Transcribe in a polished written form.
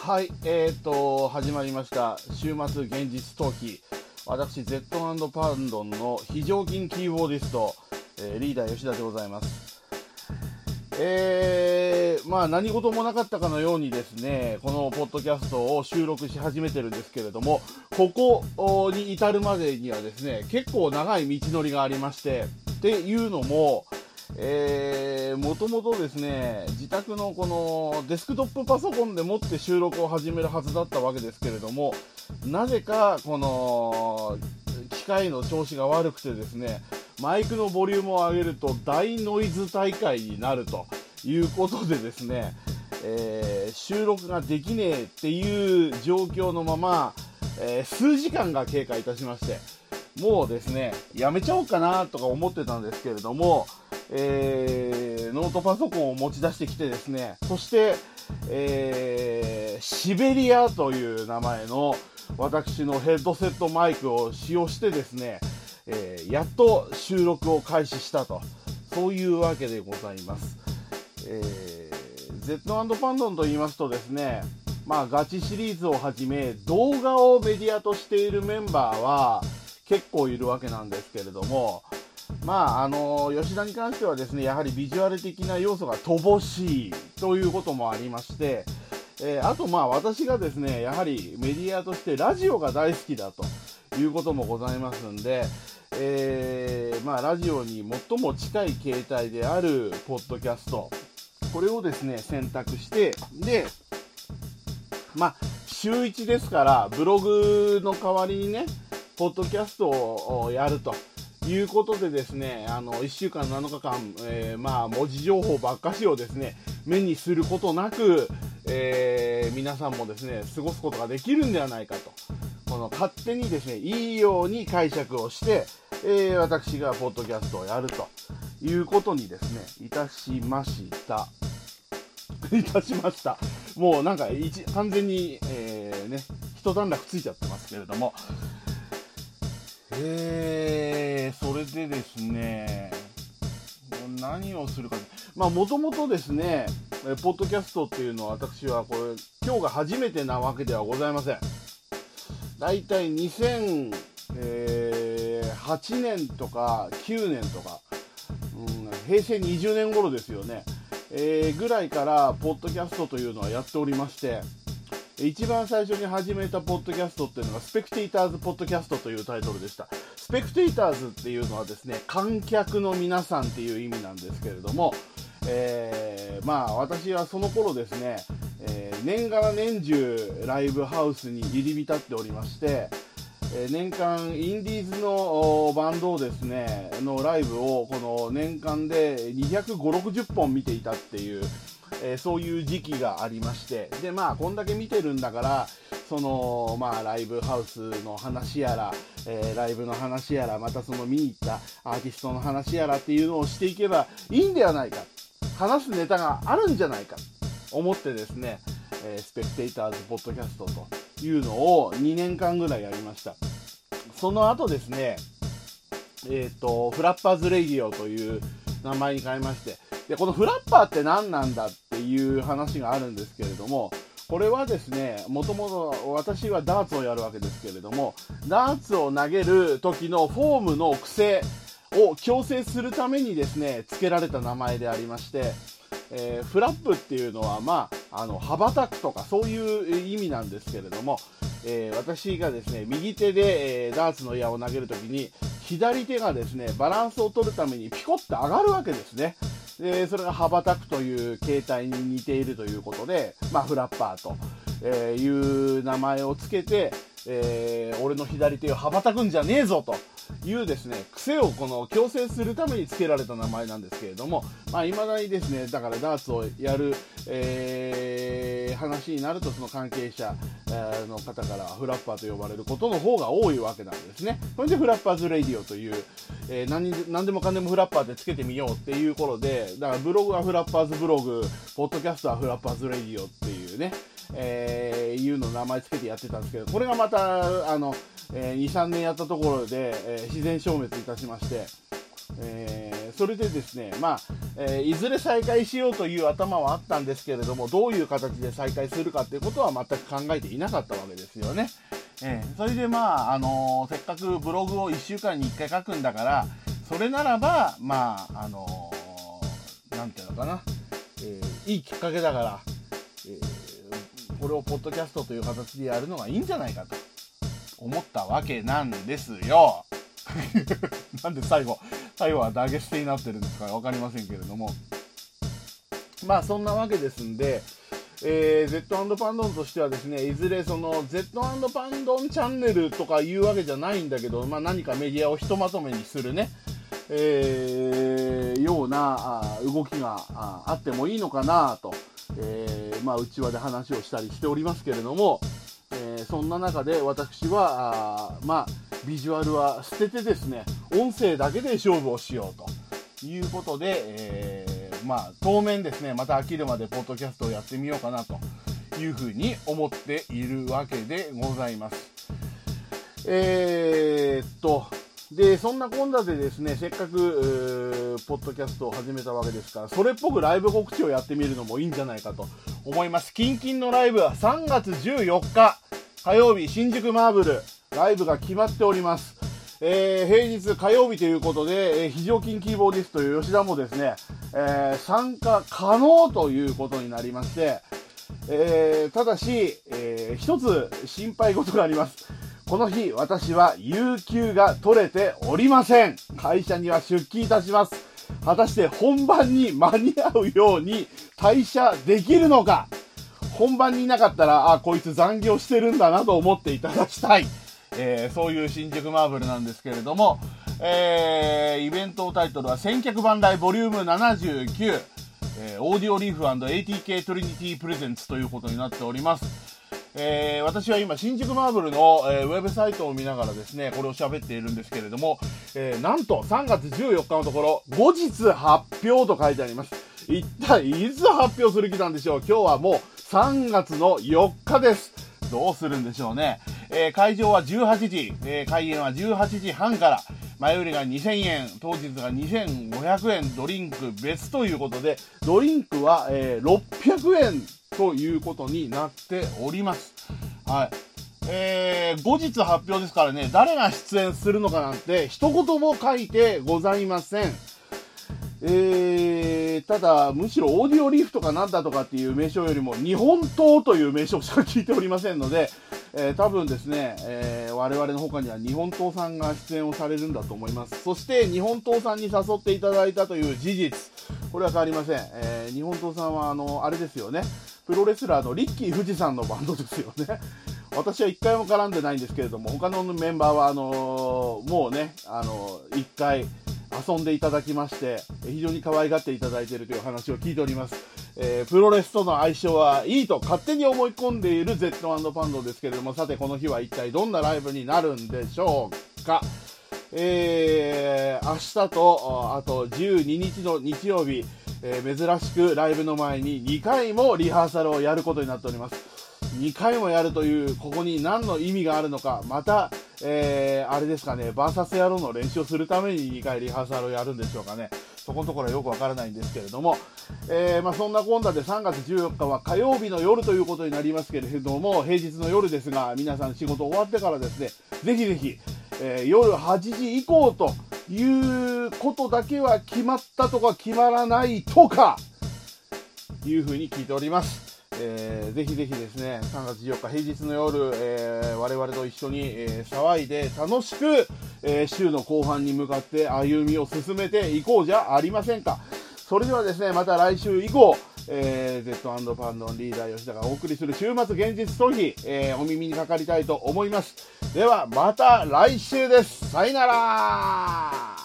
はい、始まりました。週末現実逃避。私、Z& パンドンの非常勤キーボーディスト、リーダー吉田でございます。何事もなかったかのようにですね、このポッドキャストを収録し始めてるんですけれども、ここに至るまでにはですね、結構長い道のりがありまして、っていうのも、もともとですね、自宅のこのデスクトップパソコンでもって収録を始めるはずだったわけですけれども、なぜかこの機械の調子が悪くてですね、マイクのボリュームを上げると大ノイズ大会になるということでですね、収録ができねえっていう状況のまま、数時間が経過いたしまして、もうですね、やめちゃおうかなとか思ってたんですけれども、ノートパソコンを持ち出してきてですね、そして、シベリアという名前の私のヘッドセットマイクを使用してですね、やっと収録を開始したと、そういうわけでございます。Z& パンドンと言いますとですね、ガチシリーズをはじめ動画をメディアとしているメンバーは結構いるわけなんですけれども、吉田に関してはですね、やはりビジュアル的な要素が乏しいということもありまして、あと私がですね、やはりメディアとしてラジオが大好きだということもございますんで、ラジオに最も近い形態であるポッドキャスト、これをですね選択して、で週1ですからブログの代わりにねポッドキャストをやるということでですね、1週間7日間、文字情報ばっかしをですね目にすることなく、皆さんもですね過ごすことができるんではないかと、この勝手にですねいいように解釈をして、私がポッドキャストをやるということにですねいたしましたもうなんか完全に、一段落ついちゃってますけれども、それでですね、何をするか、もともとですね、ポッドキャストっていうのは私はこれ今日が初めてなわけではございません。だいたい2008年とか9年とか、平成20年頃ですよね、ぐらいからポッドキャストというのはやっておりまして、一番最初に始めたポッドキャストっていうのがスペクテーターズポッドキャストというタイトルでした。スペクテーターズっていうのはですね、観客の皆さんっていう意味なんですけれども、私はその頃ですね、年がら年中ライブハウスに入り浸っておりまして、年間インディーズのバンドをですねのライブをこの年間で250、60本見ていたっていう、そういう時期がありまして、でこんだけ見てるんだからそのライブハウスの話やら、ライブの話やら、またその見に行ったアーティストの話やらっていうのをしていけばいいんではないか、話すネタがあるんじゃないかと思ってですね、スペクテーターズポッドキャストというのを2年間ぐらいやりました。その後ですね、フラッパーズレイディオという名前に変えまして、でこのフラッパーって何なんだっていう話があるんですけれども、これはですね、もともと私はダーツをやるわけですけれども、ダーツを投げる時のフォームの癖を矯正するためにですね付けられた名前でありまして、フラップっていうのは羽ばたくとかそういう意味なんですけれども、私がですね右手で、ダーツの矢を投げるときに左手がですねバランスを取るためにピコッと上がるわけですね。でそれが羽ばたくという形態に似ているということで、フラッパーという名前をつけて、俺の左手を羽ばたくんじゃねえぞというですね癖をこの矯正するために付けられた名前なんですけれども、未だにですねだからダーツをやる、話になるとその関係者の方からフラッパーと呼ばれることの方が多いわけなんですね。それでフラッパーズレイディオという、何でもかんでもフラッパーでつけてみようっていう頃で、だからブログはフラッパーズブログ、ポッドキャストはフラッパーズレイディオっていうね、いうの名前つけてやってたんですけど、これがまた2、3年やったところで、自然消滅いたしまして、 それでですね、いずれ再開しようという頭はあったんですけれども、どういう形で再開するかっていうことは全く考えていなかったわけですよね。それでせっかくブログを1週間に1回書くんだから、それならばなんていうのかな、いいきっかけだから、これをポッドキャストという形でやるのがいいんじゃないかと思ったわけなんですよ。なんで最後は投げ捨てになってるんですか分かりませんけれども、そんなわけですんで、Z&パンドンとしてはですね、いずれその Z& パンドンチャンネルとかいうわけじゃないんだけど、何かメディアをひとまとめにするね、ような動きがあってもいいのかなと、内輪で話をしたりしておりますけれども、そんな中で私はビジュアルは捨ててですね、音声だけで勝負をしようということで、当面ですね、また飽きるまでポッドキャストをやってみようかなというふうに思っているわけでございます。で、そんなこんなでですね、せっかくポッドキャストを始めたわけですから、それっぽくライブ告知をやってみるのもいいんじゃないかと思います。キンキンのライブは3月14日火曜日、新宿マーブルライブが決まっております。平日火曜日ということで、非常勤キーボーディスト吉田もですね、参加可能ということになりまして、ただし、一つ心配事があります。この日、私は有給が取れておりません。会社には出勤いたします。果たして本番に間に合うように退社できるのか。本番にいなかったら、こいつ残業してるんだなと思っていただきたい。そういう新宿マーブルなんですけれども、イベントタイトルは千客万来ボリューム79、オーディオリーフ &ATK トリニティプレゼンツということになっております。私は今新宿マーブルの、ウェブサイトを見ながらですね、これを喋っているんですけれども、なんと3月14日のところ後日発表と書いてあります。一体いつ発表する気なんでしょう。今日はもう3月の4日です。どうするんでしょうね。会場は18時、開演は18時半から、前売りが2000円、当日が2500円、ドリンク別ということで、ドリンクは、600円ということになっております。はい。後日発表ですからね、誰が出演するのかなんて一言も書いてございません。ただむしろオーディオリーフとかなんだとかっていう名称よりも日本刀という名称しか聞いておりませんので、多分ですね、我々の他には日本刀さんが出演をされるんだと思います。そして日本刀さんに誘っていただいたという事実、これは変わりません。日本刀さんはあれですよね、プロレスラーのリッキー富士さんのバンドですよね。私は一回も絡んでないんですけれども、他のメンバーはもうね一回遊んでいただきまして非常に可愛がっていただいているという話を聞いております。プロレスとの相性はいいと勝手に思い込んでいる Z& パンドですけれども、さてこの日は一体どんなライブになるんでしょうか。明日とあと12日の日曜日、珍しくライブの前に2回もリハーサルをやることになっております。2回もやるというここに何の意味があるのか、また、あれですかね、バーサス野郎の練習をするために2回リハーサルをやるんでしょうかね。そこのところはよくわからないんですけれども、そんなこんなで3月14日は火曜日の夜ということになりますけれども、平日の夜ですが、皆さん仕事終わってからですね、ぜひぜひ、夜8時以降ということだけは決まったとか決まらないとかいうふうに聞いております。ぜひぜひですね、3月14日平日の夜、我々と一緒に、騒いで楽しく、週の後半に向かって歩みを進めていこうじゃありませんか。それではですね、また来週以降、Z& パンドンリーダー吉田がお送りする週末現実逃避、お耳にかかりたいと思います。ではまた来週です。さよなら。